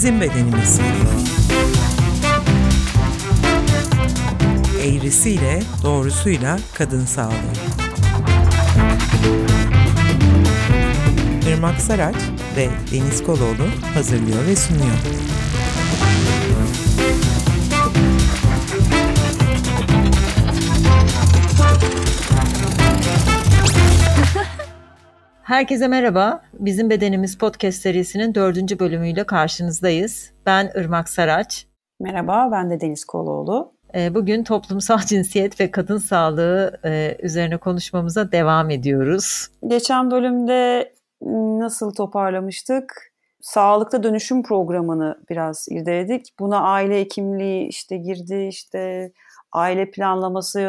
Bizim bedenimiz. Eğrisiyle, doğrusuyla kadın sağlığı. Irmak Saraç ve Deniz Koloğlu hazırlıyor ve sunuyor. Herkese merhaba. Bizim Bedenimiz podcast serisinin 4. bölümüyle karşınızdayız. Ben Irmak Saraç. Merhaba, ben de Deniz Koloğlu. Bugün toplumsal cinsiyet ve kadın sağlığı üzerine konuşmamıza devam ediyoruz. Geçen bölümde nasıl toparlamıştık? Sağlıkta dönüşüm programını biraz irdeledik. Buna aile hekimliği girdi, aile planlaması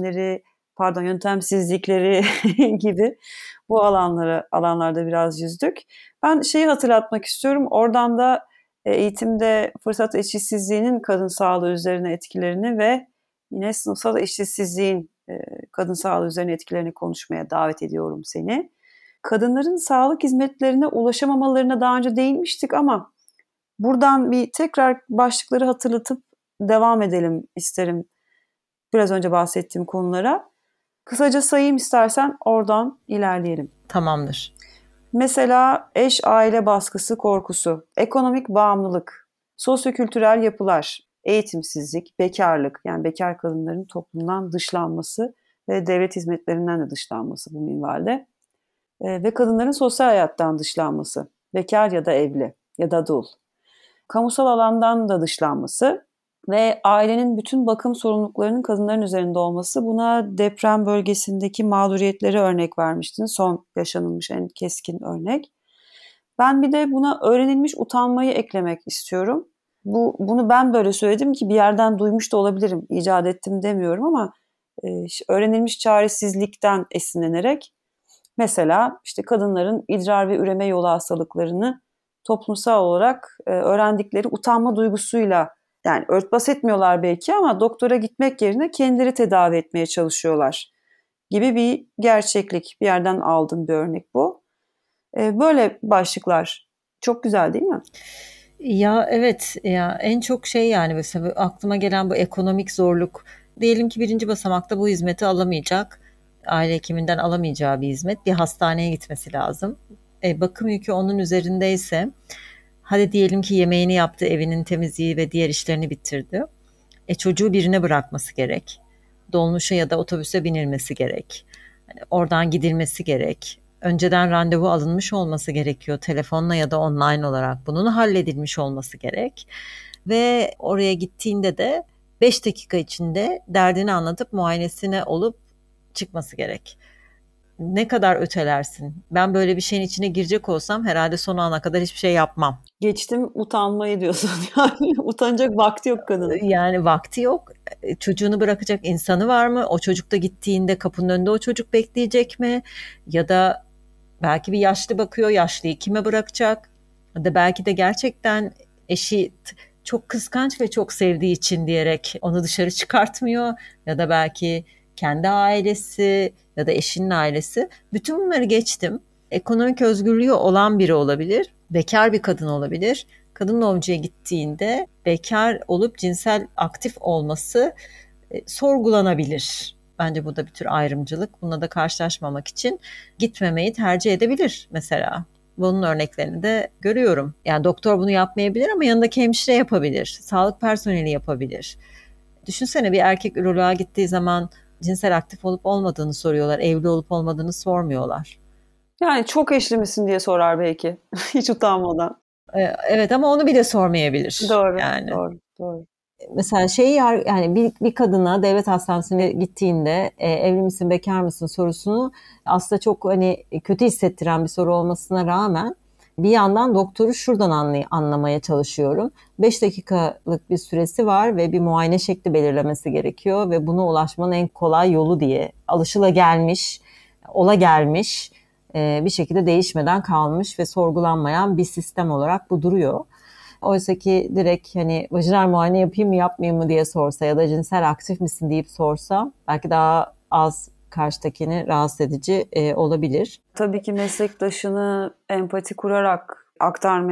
yöntemsizlikleri gibi bu alanlarda biraz yüzdük. Ben hatırlatmak istiyorum. Oradan da eğitimde fırsat eşitsizliğinin kadın sağlığı üzerine etkilerini ve yine sınıfsal eşitsizliğin kadın sağlığı üzerine etkilerini konuşmaya davet ediyorum seni. Kadınların sağlık hizmetlerine ulaşamamalarına daha önce değinmiştik ama buradan bir tekrar başlıkları hatırlatıp devam edelim isterim. Biraz önce bahsettiğim konulara. Kısaca sayayım istersen, oradan ilerleyelim. Tamamdır. Mesela eş aile baskısı korkusu, ekonomik bağımlılık, sosyokültürel yapılar, eğitimsizlik, bekarlık, yani bekar kadınların toplumdan dışlanması ve devlet hizmetlerinden de dışlanması bu minvalde. Ve kadınların sosyal hayattan dışlanması, bekar ya da evli ya da dul. Kamusal alandan da dışlanması ve ailenin bütün bakım sorumluluklarının kadınların üzerinde olması. Buna deprem bölgesindeki mağduriyetleri örnek vermiştin. Son yaşanılmış en keskin örnek. Ben bir de buna öğrenilmiş utanmayı eklemek istiyorum. Bunu ben böyle söyledim ki bir yerden duymuş da olabilirim. İcat ettim demiyorum ama öğrenilmiş çaresizlikten esinlenerek mesela kadınların idrar ve üreme yolu hastalıklarını toplumsal olarak öğrendikleri utanma duygusuyla, yani örtbas etmiyorlar belki ama doktora gitmek yerine kendileri tedavi etmeye çalışıyorlar gibi bir gerçeklik. Bir yerden aldığım bir örnek bu. Böyle başlıklar çok güzel değil mi? Ya evet, ya en çok yani mesela aklıma gelen bu ekonomik zorluk. Diyelim ki birinci basamakta bu hizmeti alamayacak, aile hekiminden alamayacağı bir hizmet, bir hastaneye gitmesi lazım. Bakım yükü onun üzerindeyse, hadi diyelim ki yemeğini yaptı, evinin temizliği ve diğer işlerini bitirdi. Çocuğu birine bırakması gerek. Dolmuşa ya da otobüse binilmesi gerek. Yani oradan gidilmesi gerek. Önceden randevu alınmış olması gerekiyor, telefonla ya da online olarak. Bunun halledilmiş olması gerek. Ve oraya gittiğinde de 5 dakika içinde derdini anlatıp muayenesine olup çıkması gerek. Ne kadar ötelersin? Ben böyle bir şeyin içine girecek olsam herhalde son ana kadar hiçbir şey yapmam. Geçtim utanmayı diyorsun yani. Utanacak vakti yok kadının. Yani vakti yok. Çocuğunu bırakacak insanı var mı? O çocuk da gittiğinde kapının önünde o çocuk bekleyecek mi? Ya da belki bir yaşlı bakıyor, yaşlıyı kime bırakacak? Ya da belki de gerçekten eşi çok kıskanç ve çok sevdiği için diyerek onu dışarı çıkartmıyor. Ya da belki kendi ailesi ya da eşinin ailesi. Bütün bunları geçtim. Ekonomik özgürlüğü olan biri olabilir. Bekar bir kadın olabilir. Kadın doğumcuya gittiğinde bekar olup cinsel aktif olması sorgulanabilir. Bence bu da bir tür ayrımcılık. Bununla da karşılaşmamak için gitmemeyi tercih edebilir mesela. Bunun örneklerini de görüyorum. Yani doktor bunu yapmayabilir ama yanındaki hemşire yapabilir. Sağlık personeli yapabilir. Düşünsene, bir erkek üroloğa gittiği zaman cinsel aktif olup olmadığını soruyorlar. Evli olup olmadığını sormuyorlar. Yani çok eşli misin diye sorar belki. Hiç utanmadan. Evet, ama onu bile sormayabilir. Doğru, Yani. doğru. Mesela yani bir kadına devlet hastanesine gittiğinde evli misin, bekar mısın sorusunu aslında çok kötü hissettiren bir soru olmasına rağmen bir yandan doktoru şuradan anlamaya çalışıyorum. 5 dakikalık bir süresi var ve bir muayene şekli belirlemesi gerekiyor ve buna ulaşmanın en kolay yolu diye alışılagelmiş, ola gelmiş, bir şekilde değişmeden kalmış ve sorgulanmayan bir sistem olarak bu duruyor. Oysa ki direkt vajinal muayene yapayım mı yapmayayım mı diye sorsa ya da cinsel aktif misin deyip sorsa belki daha az karşıdakini rahatsız edici olabilir. Tabii ki meslektaşını empati kurarak aktarmaya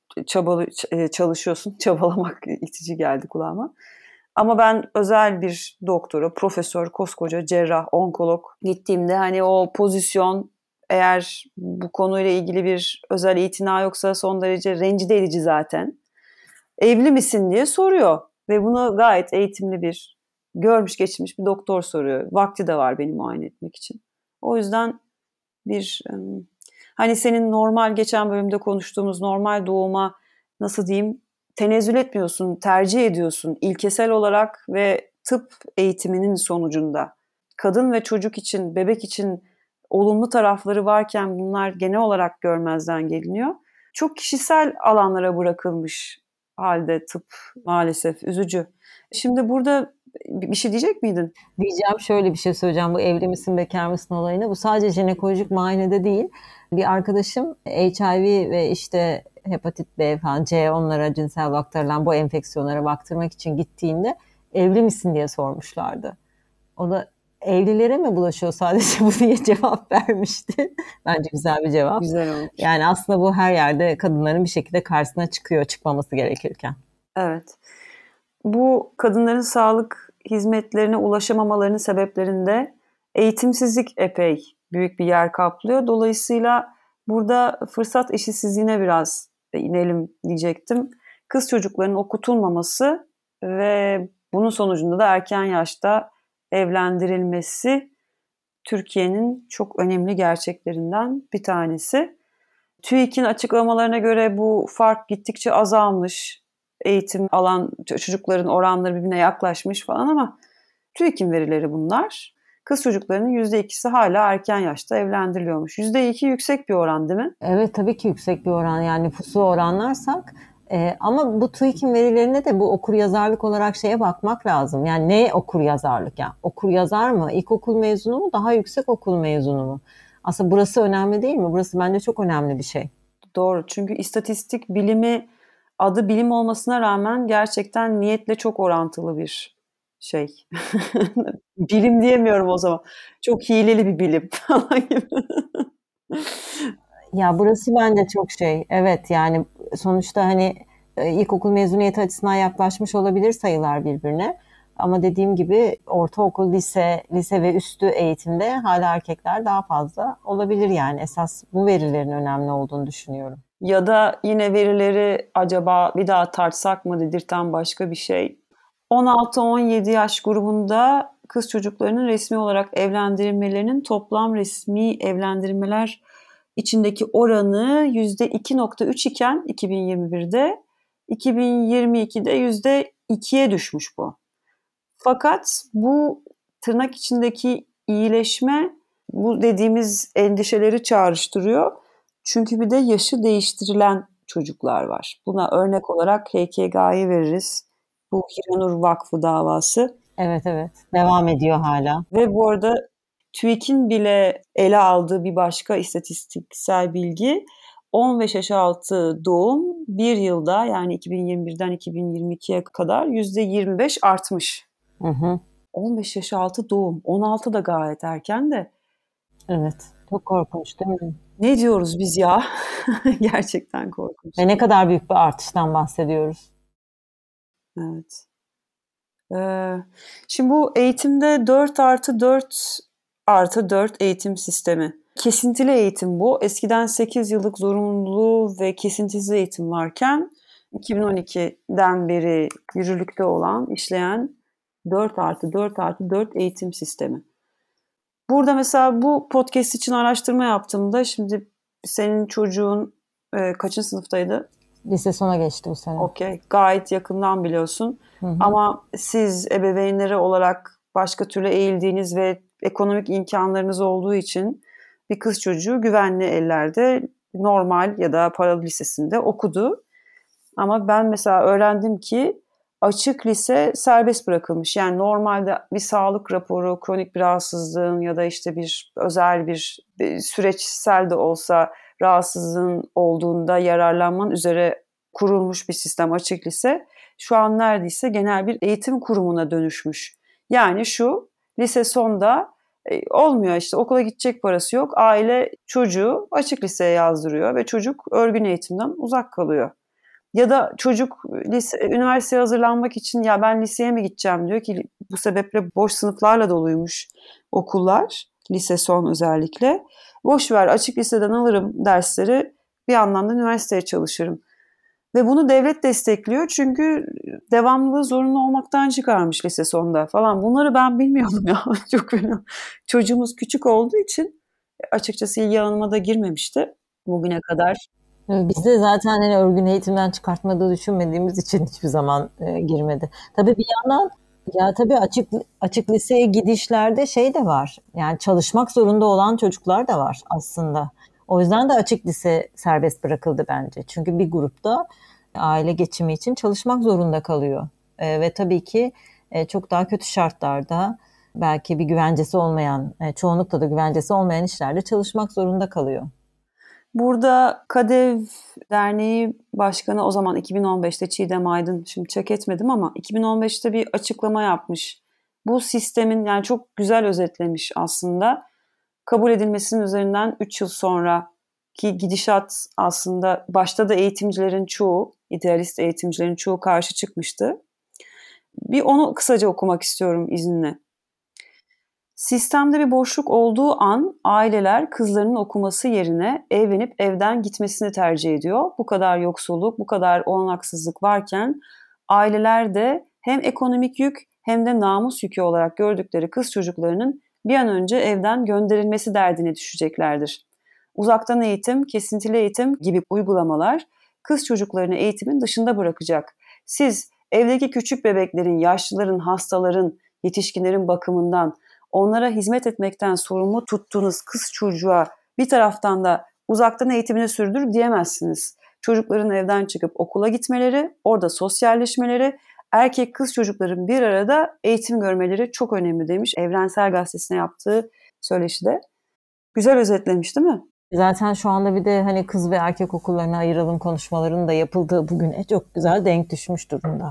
çalışıyorsun. Çabalamak itici geldi kulağıma. Ama ben özel bir doktora, profesör, koskoca cerrah, onkolog gittiğimde hani o pozisyon, eğer bu konuyla ilgili bir özel itina yoksa son derece rencide edici zaten. Evli misin diye soruyor ve bunu gayet eğitimli bir, görmüş geçirmiş bir doktor soruyor. Vakti de var beni muayene etmek için. O yüzden bir hani senin normal geçen bölümde konuştuğumuz normal doğuma nasıl diyeyim tenezzül etmiyorsun, tercih ediyorsun ilkesel olarak ve tıp eğitiminin sonucunda. Kadın ve çocuk için, bebek için olumlu tarafları varken bunlar genel olarak görmezden geliniyor. Çok kişisel alanlara bırakılmış halde tıp maalesef üzücü. Şimdi burada bir şey diyecek miydin? Diyeceğim, şöyle bir şey söyleyeceğim bu evli misin bekar mısın olayına. Bu sadece jinekolojik muayenede değil. Bir arkadaşım HIV ve işte hepatit B falan C, onlara cinsel aktarılan bu enfeksiyonlara baktırmak için gittiğinde evli misin diye sormuşlardı. O da evlilere mi bulaşıyor sadece bu diye cevap vermişti. Bence güzel bir cevap. Güzel olmuş. Yani aslında bu her yerde kadınların bir şekilde karşısına çıkıyor, çıkmaması gerekirken. Evet. Bu kadınların sağlık hizmetlerine ulaşamamalarının sebeplerinde eğitimsizlik epey büyük bir yer kaplıyor. Dolayısıyla burada fırsat eşitsizliğine biraz inelim diyecektim. Kız çocuklarının okutulmaması ve bunun sonucunda da erken yaşta evlendirilmesi Türkiye'nin çok önemli gerçeklerinden bir tanesi. TÜİK'in açıklamalarına göre bu fark gittikçe azalmış. Eğitim alan çocukların oranları birbirine yaklaşmış falan ama TÜİK'in verileri bunlar. Kız çocuklarının %2'si hala erken yaşta evlendiriliyormuş. %2 yüksek bir oran değil mi? Evet, tabii ki yüksek bir oran, yani nüfusu oranlarsak. Ama bu TÜİK'in verilerine de bu okuryazarlık olarak şeye bakmak lazım. Yani ne okuryazarlık yani? Okuryazar mı? İlkokul mezunu mu? Daha yüksek okul mezunu mu? Aslında burası önemli değil mi? Burası bence çok önemli bir şey. Doğru, çünkü istatistik bilimi adı bilim olmasına rağmen gerçekten niyetle çok orantılı bir şey. Bilim diyemiyorum o zaman. Çok hileli bir bilim falan gibi. Ya burası bence çok şey. Evet, yani sonuçta hani ilkokul mezuniyeti açısından yaklaşmış olabilir sayılar birbirine. Ama dediğim gibi ortaokul, lise ve üstü eğitimde hala erkekler daha fazla olabilir yani. Esas bu verilerin önemli olduğunu düşünüyorum. Ya da yine verileri acaba bir daha tartsak mı dedirten başka bir şey. 16-17 yaş grubunda kız çocuklarının resmi olarak evlendirilmelerinin toplam resmi evlendirmeler içindeki oranı %2,3 iken 2021'de, 2022'de %2'ye düşmüş bu. Fakat bu tırnak içindeki iyileşme bu dediğimiz endişeleri çağrıştırıyor. Çünkü bir de yaşı değiştirilen çocuklar var. Buna örnek olarak HKG'yi veririz. Bu Hiranur Vakfı davası. Evet, evet. Devam ediyor hala. Ve bu arada TÜİK'in bile ele aldığı bir başka istatistiksel bilgi 15 yaş altı doğum bir yılda, yani 2021'den 2022'ye kadar %25 artmış. Hı hı. 15 yaş altı doğum. 16 da gayet erken de. Evet. Çok korkunç değil mi? Ne diyoruz biz ya? Gerçekten korkunç. Ve ne kadar büyük bir artıştan bahsediyoruz. Evet. Şimdi bu eğitimde 4+4+4 eğitim sistemi. Kesintili eğitim bu. Eskiden 8 yıllık zorunlu ve kesintisiz eğitim varken 2012'den beri yürürlükte olan, işleyen 4+4+4 eğitim sistemi. Burada mesela bu podcast için araştırma yaptığımda, şimdi senin çocuğun kaçıncı sınıftaydı? Lise sona geçti bu sene. Okey. Gayet yakından biliyorsun. Hı hı. Ama siz ebeveynleri olarak başka türlü eğildiğiniz ve ekonomik imkanlarınız olduğu için bir kız çocuğu güvenli ellerde normal ya da paralı lisesinde okudu. Ama ben mesela öğrendim ki açık lise serbest bırakılmış. Yani normalde bir sağlık raporu, kronik bir rahatsızlığın ya da işte bir özel bir süreçsel de olsa rahatsızlığın olduğunda yararlanman üzere kurulmuş bir sistem açık lise. Şu an neredeyse genel bir eğitim kurumuna dönüşmüş. Yani şu, lise sonda olmuyor, işte okula gidecek parası yok. Aile çocuğu açık liseye yazdırıyor ve çocuk örgün eğitimden uzak kalıyor. Ya da çocuk üniversiteye hazırlanmak için ya ben liseye mi gideceğim diyor ki bu sebeple boş sınıflarla doluymuş okullar, lise son özellikle. Boş ver açık liseden alırım dersleri, bir yandan da üniversiteye çalışırım. Ve bunu devlet destekliyor çünkü devamlılığı zorunlu olmaktan çıkarmış lise sonda falan. Bunları ben bilmiyordum ya. Çok fena. Çocuğumuz küçük olduğu için açıkçası ilgi alanıma da girmemişti bugüne kadar. Biz de zaten hani örgün eğitimden çıkartmadığı düşünmediğimiz için hiçbir zaman girmedi. Tabii bir yandan ya tabii açık liseye gidişlerde şey de var. Yani çalışmak zorunda olan çocuklar da var aslında. O yüzden de açık lise serbest bırakıldı bence. Çünkü bir grupta aile geçimi için çalışmak zorunda kalıyor. Ve tabii ki çok daha kötü şartlarda belki bir güvencesi olmayan, çoğunlukla da güvencesi olmayan işlerde çalışmak zorunda kalıyor. Burada KADEV Derneği Başkanı o zaman 2015'te Çiğdem Aydın, şimdi check etmedim ama 2015'te bir açıklama yapmış. Bu sistemin yani çok güzel özetlemiş aslında. Kabul edilmesinin üzerinden 3 yıl sonraki gidişat aslında başta da eğitimcilerin çoğu, idealist eğitimcilerin çoğu karşı çıkmıştı. Bir onu kısaca okumak istiyorum izninle. Sistemde bir boşluk olduğu an aileler kızlarının okuması yerine evlenip evden gitmesini tercih ediyor. Bu kadar yoksulluk, bu kadar olanaksızlık varken aileler de hem ekonomik yük hem de namus yükü olarak gördükleri kız çocuklarının bir an önce evden gönderilmesi derdine düşeceklerdir. Uzaktan eğitim, kesintili eğitim gibi uygulamalar kız çocuklarını eğitimin dışında bırakacak. Siz evdeki küçük bebeklerin, yaşlıların, hastaların, yetişkinlerin bakımından, onlara hizmet etmekten sorumlu tuttuğunuz kız çocuğa bir taraftan da uzaktan eğitimini sürdür diyemezsiniz. Çocukların evden çıkıp okula gitmeleri, orada sosyalleşmeleri, erkek kız çocukların bir arada eğitim görmeleri çok önemli demiş Evrensel Gazetesi'ne yaptığı söyleşide. Güzel özetlemiş değil mi? Zaten şu anda bir de hani kız ve erkek okullarına ayıralım konuşmalarının da yapıldığı bugüne çok güzel denk düşmüş durumda.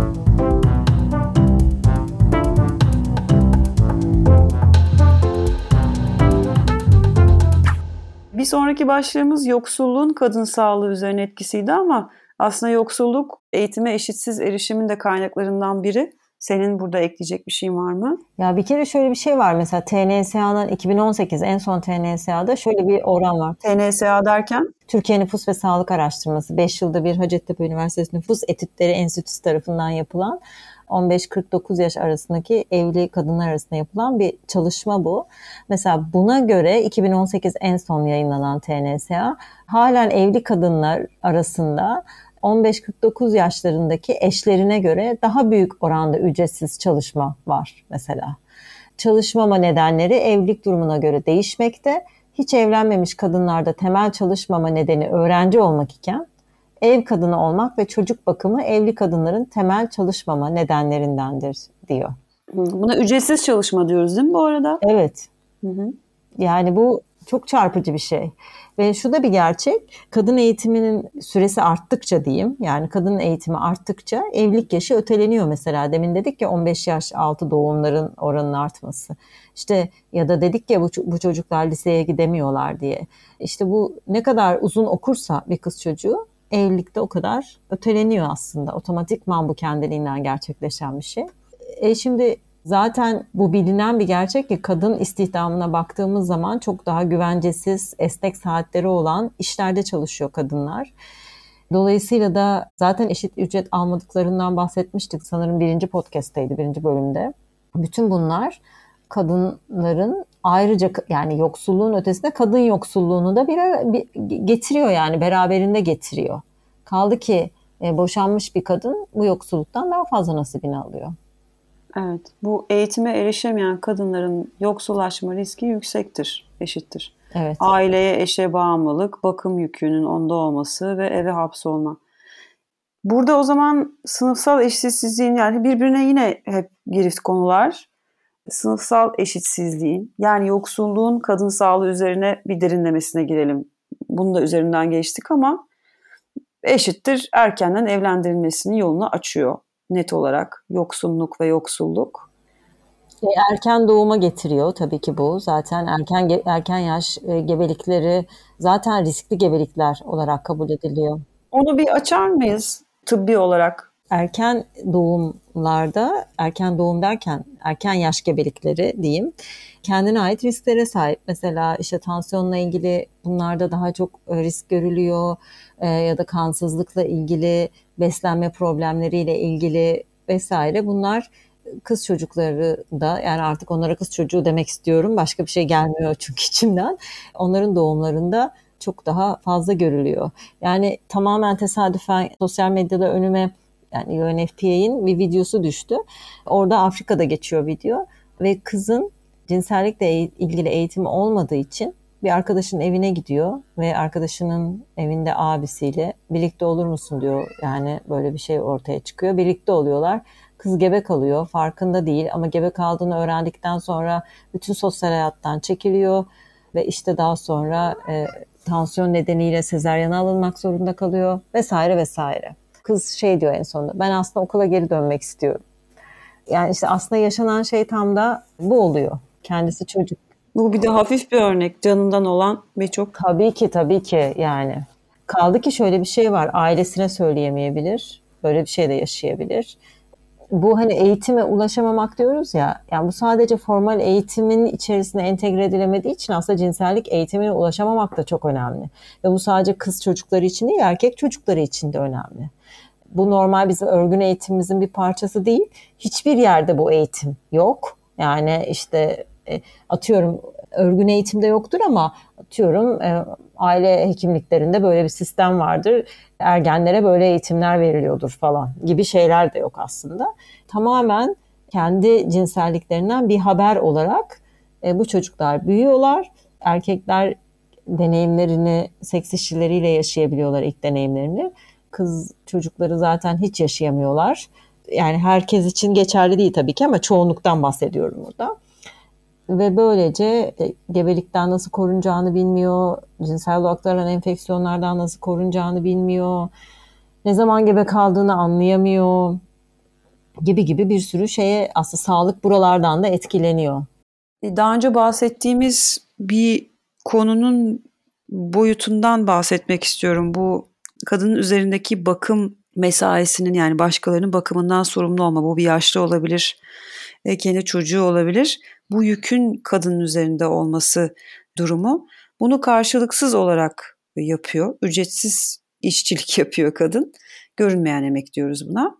Bir sonraki başlığımız yoksulluğun kadın sağlığı üzerine etkisiydi ama aslında yoksulluk eğitime eşitsiz erişimin de kaynaklarından biri. Senin burada ekleyecek bir şeyin var mı? Ya bir kere şöyle bir şey var mesela TNSA'nın 2018 en son TNSA'da şöyle bir oran var. TNSA derken? Türkiye Nüfus ve Sağlık Araştırması 5 yılda bir Hacettepe Üniversitesi Nüfus Etütleri Enstitüsü tarafından yapılan 15-49 yaş arasındaki evli kadınlar arasında yapılan bir çalışma bu. Mesela buna göre 2018 en son yayınlanan TNSA halen evli kadınlar arasında 15-49 yaşlarındaki eşlerine göre daha büyük oranda ücretsiz çalışma var mesela. Çalışmama nedenleri evlilik durumuna göre değişmekte. Hiç evlenmemiş kadınlarda temel çalışmama nedeni öğrenci olmak iken ev kadını olmak ve çocuk bakımı evli kadınların temel çalışmama nedenlerindendir diyor. Buna ücretsiz çalışma diyoruz değil mi bu arada? Evet. Hı hı. Yani bu çok çarpıcı bir şey. Ve şu da bir gerçek, kadın eğitiminin süresi arttıkça diyeyim, yani kadın eğitimi arttıkça evlilik yaşı öteleniyor mesela. Demin dedik ya 15 yaş altı doğumların oranının artması. İşte ya da dedik ya bu çocuklar liseye gidemiyorlar diye. İşte bu ne kadar uzun okursa bir kız çocuğu evlilikte o kadar öteleniyor aslında. Otomatikman bu kendiliğinden gerçekleşen bir şey. Şimdi zaten bu bilinen bir gerçek ki kadın istihdamına baktığımız zaman çok daha güvencesiz, esnek saatleri olan işlerde çalışıyor kadınlar. Dolayısıyla da zaten eşit ücret almadıklarından bahsetmiştik. Sanırım birinci podcast'teydi, birinci bölümde. Bütün bunlar kadınların ayrıca yani yoksulluğun ötesinde kadın yoksulluğunu da bir getiriyor yani beraberinde getiriyor. Kaldı ki boşanmış bir kadın bu yoksulluktan daha fazla nasibini alıyor. Evet, bu eğitime erişemeyen kadınların yoksullaşma riski yüksektir, eşittir. Evet. Aileye, eşe bağımlılık, bakım yükünün onda olması ve eve hapsolma. Burada o zaman sınıfsal eşitsizliğin yani birbirine yine hep girift konular. Sınıfsal eşitsizliğin yani yoksulluğun kadın sağlığı üzerine bir derinlemesine girelim. Bunu da üzerinden geçtik ama eşittir erkenden evlendirilmesinin yolunu açıyor net olarak yoksunluk ve yoksulluk. Erken doğuma getiriyor tabii ki bu. Zaten erken yaş gebelikleri zaten riskli gebelikler olarak kabul ediliyor. Onu bir açar mıyız tıbbi olarak? Erken doğumlarda, erken doğum derken erken yaş gebelikleri diyeyim, kendine ait risklere sahip. Mesela işte tansiyonla ilgili bunlarda daha çok risk görülüyor, ya da kansızlıkla ilgili, beslenme problemleriyle ilgili vesaire. Bunlar kız çocukları da, yani artık onlara kız çocuğu demek istiyorum, başka bir şey gelmiyor çünkü içimden. Onların doğumlarında çok daha fazla görülüyor. Yani tamamen tesadüfen sosyal medyada önüme, yani UNFPA'nın bir videosu düştü. Orada Afrika'da geçiyor video ve kızın cinsellikle ilgili eğitimi olmadığı için bir arkadaşının evine gidiyor ve arkadaşının evinde abisiyle birlikte olur musun diyor. Yani böyle bir şey ortaya çıkıyor. Birlikte oluyorlar. Kız gebe kalıyor. Farkında değil ama gebe kaldığını öğrendikten sonra bütün sosyal hayattan çekiliyor ve işte daha sonra tansiyon nedeniyle sezaryana alınmak zorunda kalıyor vesaire vesaire. Kız şey diyor en sonunda, ben aslında okula geri dönmek istiyorum. Yani işte aslında yaşanan şey tam da bu oluyor. Kendisi çocuk. Bu bir de hafif bir örnek. Canından olan ve çok... Tabii ki yani. Kaldı ki şöyle bir şey var, ailesine söyleyemeyebilir. Böyle bir şey de yaşayabilir. Bu hani eğitime ulaşamamak diyoruz ya, yani bu sadece formal eğitimin içerisine entegre edilemediği için aslında cinsellik eğitimine ulaşamamak da çok önemli. Ve bu sadece kız çocukları için değil, erkek çocukları için de önemli. Bu normal bizim örgün eğitimimizin bir parçası değil. Hiçbir yerde bu eğitim yok. Yani işte atıyorum örgün eğitimde yoktur ama atıyorum aile hekimliklerinde böyle bir sistem vardır. Ergenlere böyle eğitimler veriliyordur falan gibi şeyler de yok aslında. Tamamen kendi cinselliklerinden bir haber olarak bu çocuklar büyüyorlar. Erkekler deneyimlerini seks işçileriyle yaşayabiliyorlar, ilk deneyimlerini. Kız çocukları zaten hiç yaşayamıyorlar. Yani herkes için geçerli değil tabii ki ama çoğunluktan bahsediyorum burada. Ve böylece gebelikten nasıl korunacağını bilmiyor, cinsel aktarılan enfeksiyonlardan nasıl korunacağını bilmiyor, ne zaman gebe kaldığını anlayamıyor gibi bir sürü şeye, aslında sağlık buralardan da etkileniyor. Daha önce bahsettiğimiz bir konunun boyutundan bahsetmek istiyorum. Bu kadının üzerindeki bakım mesaisinin, yani başkalarının bakımından sorumlu olma. Bu bir yaşlı olabilir, kendi çocuğu olabilir. Bu yükün kadının üzerinde olması durumu. Bunu karşılıksız olarak yapıyor. Ücretsiz işçilik yapıyor kadın. Görünmeyen emek diyoruz buna.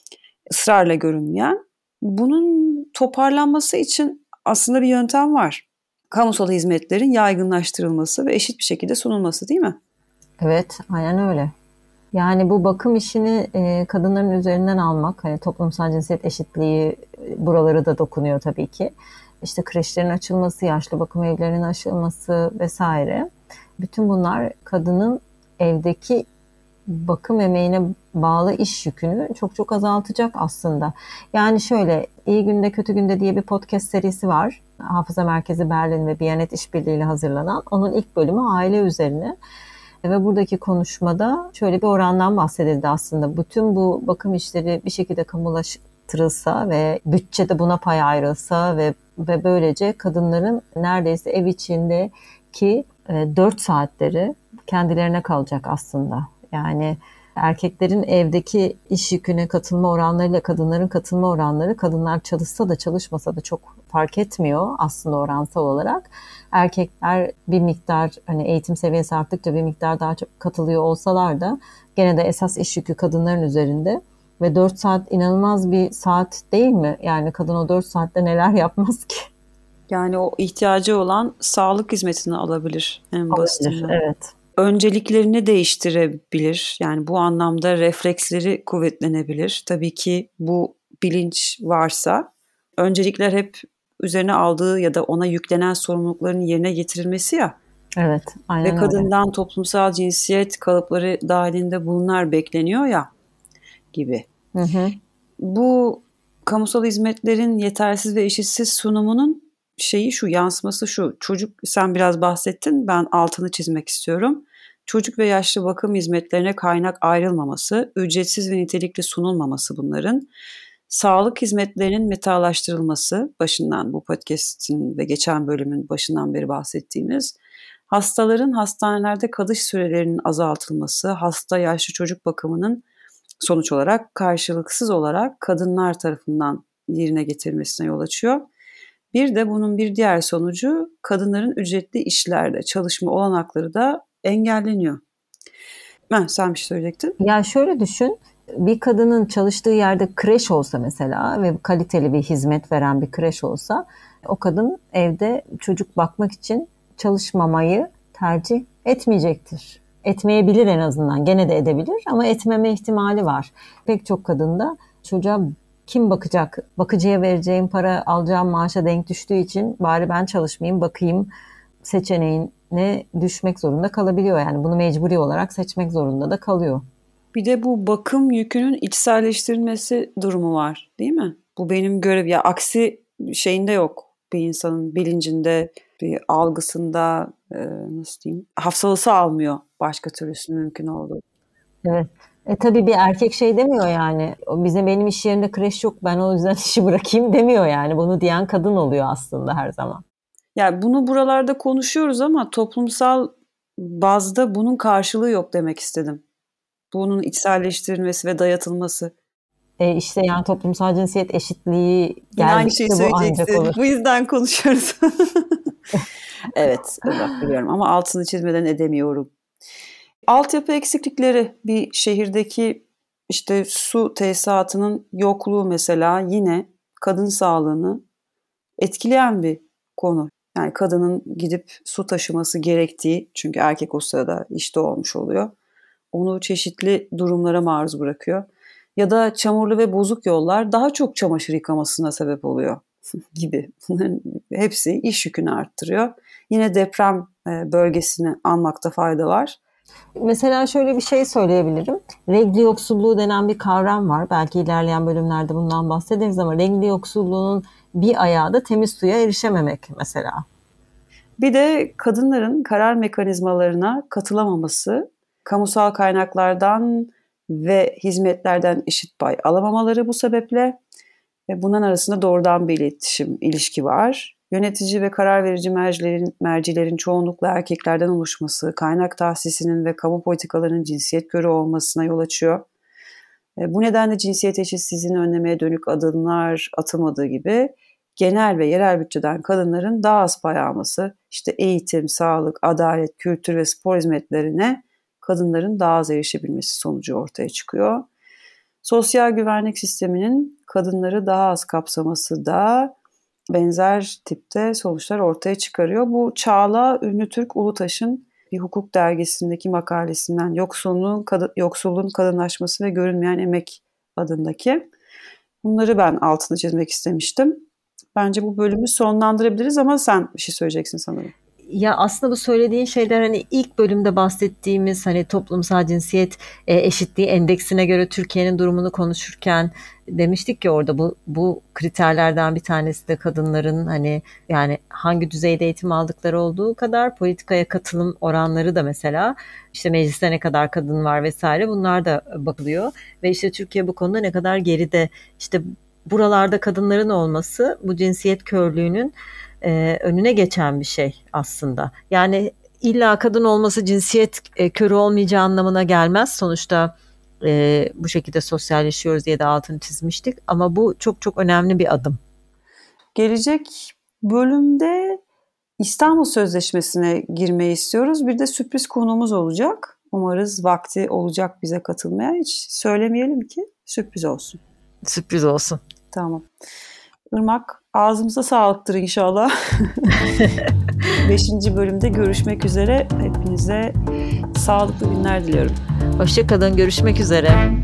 Israrla görünmeyen. Bunun toparlanması için aslında bir yöntem var. Kamusal hizmetlerin yaygınlaştırılması ve eşit bir şekilde sunulması, değil mi? Evet, aynen öyle. Yani bu bakım işini kadınların üzerinden almak, hani toplumsal cinsiyet eşitliği buraları da dokunuyor tabii ki. İşte kreşlerin açılması, yaşlı bakım evlerinin açılması vesaire. Bütün bunlar kadının evdeki bakım emeğine bağlı iş yükünü çok çok azaltacak aslında. Yani şöyle, İyi Günde Kötü Günde diye bir podcast serisi var. Hafıza Merkezi Berlin ve Biyanet İşbirliği'yle hazırlanan. Onun ilk bölümü aile üzerine. Ve buradaki konuşmada şöyle bir orandan bahsedildi aslında. Bütün bu bakım işleri bir şekilde kamulaştırılsa ve bütçede buna pay ayrılsa ve böylece kadınların neredeyse ev içindeki 4 saatleri kendilerine kalacak aslında. Yani erkeklerin evdeki iş yüküne katılma oranlarıyla kadınların katılma oranları, kadınlar çalışsa da çalışmasa da çok fark etmiyor aslında oransal olarak. Erkekler bir miktar, hani eğitim seviyesi arttıkça bir miktar daha çok katılıyor olsalar da gene de esas iş yükü kadınların üzerinde. Ve 4 saat inanılmaz bir saat değil mi? Yani kadın o 4 saatte neler yapmaz ki? Yani o ihtiyacı olan sağlık hizmetini alabilir en basitinden. Evet. Önceliklerini değiştirebilir. Yani bu anlamda refleksleri kuvvetlenebilir. Tabii ki bu bilinç varsa, öncelikler hep üzerine aldığı ya da ona yüklenen sorumlulukların yerine getirilmesi ya. Evet, aynen Ve öyle. kadından toplumsal cinsiyet kalıpları dahilinde bunlar bekleniyor ya gibi. Hı hı. Bu kamusal hizmetlerin yetersiz ve eşitsiz sunumunun şeyi şu, yansıması şu. Çocuk, sen biraz bahsettin, ben altını çizmek istiyorum. Çocuk ve yaşlı bakım hizmetlerine kaynak ayrılmaması, ücretsiz ve nitelikli sunulmaması bunların, sağlık hizmetlerinin metalaştırılması, başından bu podcast'in ve geçen bölümün başından beri bahsettiğimiz, Hastaların hastanelerde kalış sürelerinin azaltılması, hasta yaşlı çocuk bakımının sonuç olarak karşılıksız olarak kadınlar tarafından yerine getirilmesine yol açıyor. Bir de bunun bir diğer sonucu kadınların ücretli işlerde çalışma olanakları da engelleniyor. Sen bir şey söyleyecektin. Ya şöyle düşün, bir kadının çalıştığı yerde kreş olsa mesela ve kaliteli bir hizmet veren bir kreş olsa, o kadın evde çocuk bakmak için çalışmamayı tercih etmeyecektir. Etmeyebilir en azından, gene de edebilir ama etmeme ihtimali var. Pek çok kadın da çocuğa kim bakacak, bakıcıya vereceğim para alacağım maaşa denk düştüğü için bari ben çalışmayayım, bakayım seçeneğine düşmek zorunda kalabiliyor. Yani bunu mecburi olarak seçmek zorunda da kalıyor. Bir de bu bakım yükünün içselleştirilmesi durumu var, değil mi? Bu benim görev, ya aksi şeyinde yok. Bir insanın bilincinde, bir algısında, nasıl diyeyim, hafsalası almıyor başka türlüsünün mümkün olduğu. Evet. Tabii bir erkek şey demiyor yani. Benim iş yerimde kreş yok, ben o yüzden işi bırakayım demiyor yani. Bunu diyen kadın oluyor aslında her zaman. Yani bunu buralarda konuşuyoruz ama toplumsal bazda bunun karşılığı yok demek istedim. Bunun içselleştirilmesi ve dayatılması. İşte yani toplumsal cinsiyet eşitliği Aynı şeyi geldikçe bu ancak söyleyeceksin. olur. Bu yüzden konuşuyoruz. Evet, bak biliyorum ama altını çizmeden edemiyorum. Altyapı eksiklikleri, bir şehirdeki işte su tesisatının yokluğu mesela yine kadın sağlığını etkileyen bir konu. Yani kadının gidip su taşıması gerektiği, çünkü erkek o sırada işte olmuş oluyor. Onu çeşitli durumlara maruz bırakıyor. Ya da çamurlu ve bozuk yollar daha çok çamaşır yıkamasına sebep oluyor gibi. Bunların hepsi iş yükünü arttırıyor. Yine deprem bölgesini anmakta fayda var. Mesela şöyle bir şey söyleyebilirim. Regl yoksulluğu denen bir kavram var. Belki ilerleyen bölümlerde bundan bahsederiz ama regl yoksulluğunun bir ayağı da temiz suya erişememek mesela. Bir de kadınların karar mekanizmalarına katılamaması, kamusal kaynaklardan ve hizmetlerden eşit pay alamamaları bu sebeple, ve bunların arasında doğrudan bir ilişki var. Yönetici ve karar verici mercilerin çoğunlukla erkeklerden oluşması, kaynak tahsisinin ve kamu politikalarının cinsiyet körü olmasına yol açıyor. Bu nedenle cinsiyet eşitsizliğini önlemeye dönük adımlar atılmadığı gibi genel ve yerel bütçeden kadınların daha az pay alması, işte eğitim, sağlık, adalet, kültür ve spor hizmetlerine kadınların daha az erişebilmesi sonucu ortaya çıkıyor. Sosyal güvenlik sisteminin kadınları daha az kapsaması da benzer tipte sonuçlar ortaya çıkarıyor. Bu Çağla Ünlü Türk Ulutaş'ın bir hukuk dergisindeki makalesinden Yoksulluğun Kadınlaşması ve Görünmeyen Emek adındaki. Bunları ben altını çizmek istemiştim. Bence bu bölümü sonlandırabiliriz ama sen bir şey söyleyeceksin sanırım. Ya aslında bu söylediğin şeyler hani ilk bölümde bahsettiğimiz hani toplumsal cinsiyet eşitliği endeksine göre Türkiye'nin durumunu konuşurken demiştik ki orada bu kriterlerden bir tanesi de kadınların hani yani hangi düzeyde eğitim aldıkları olduğu kadar politikaya katılım oranları da mesela işte mecliste ne kadar kadın var vesaire bunlar da bakılıyor ve işte Türkiye bu konuda ne kadar geride, işte buralarda kadınların olması bu cinsiyet körlüğünün önüne geçen bir şey aslında. Yani illa kadın olması cinsiyet körü olmayacağı anlamına gelmez. Sonuçta bu şekilde sosyalleşiyoruz diye de altını çizmiştik. Ama bu çok çok önemli bir adım. Gelecek bölümde İstanbul Sözleşmesi'ne girmeyi istiyoruz. Bir de sürpriz konuğumuz olacak. Umarız vakti olacak bize katılmaya. Hiç söylemeyelim ki sürpriz olsun. Sürpriz olsun. Tamam. Irmak, ağzımıza sağlıktır inşallah. 5. bölümde görüşmek üzere. Hepinize sağlıklı günler diliyorum. Hoşça kalın, görüşmek üzere.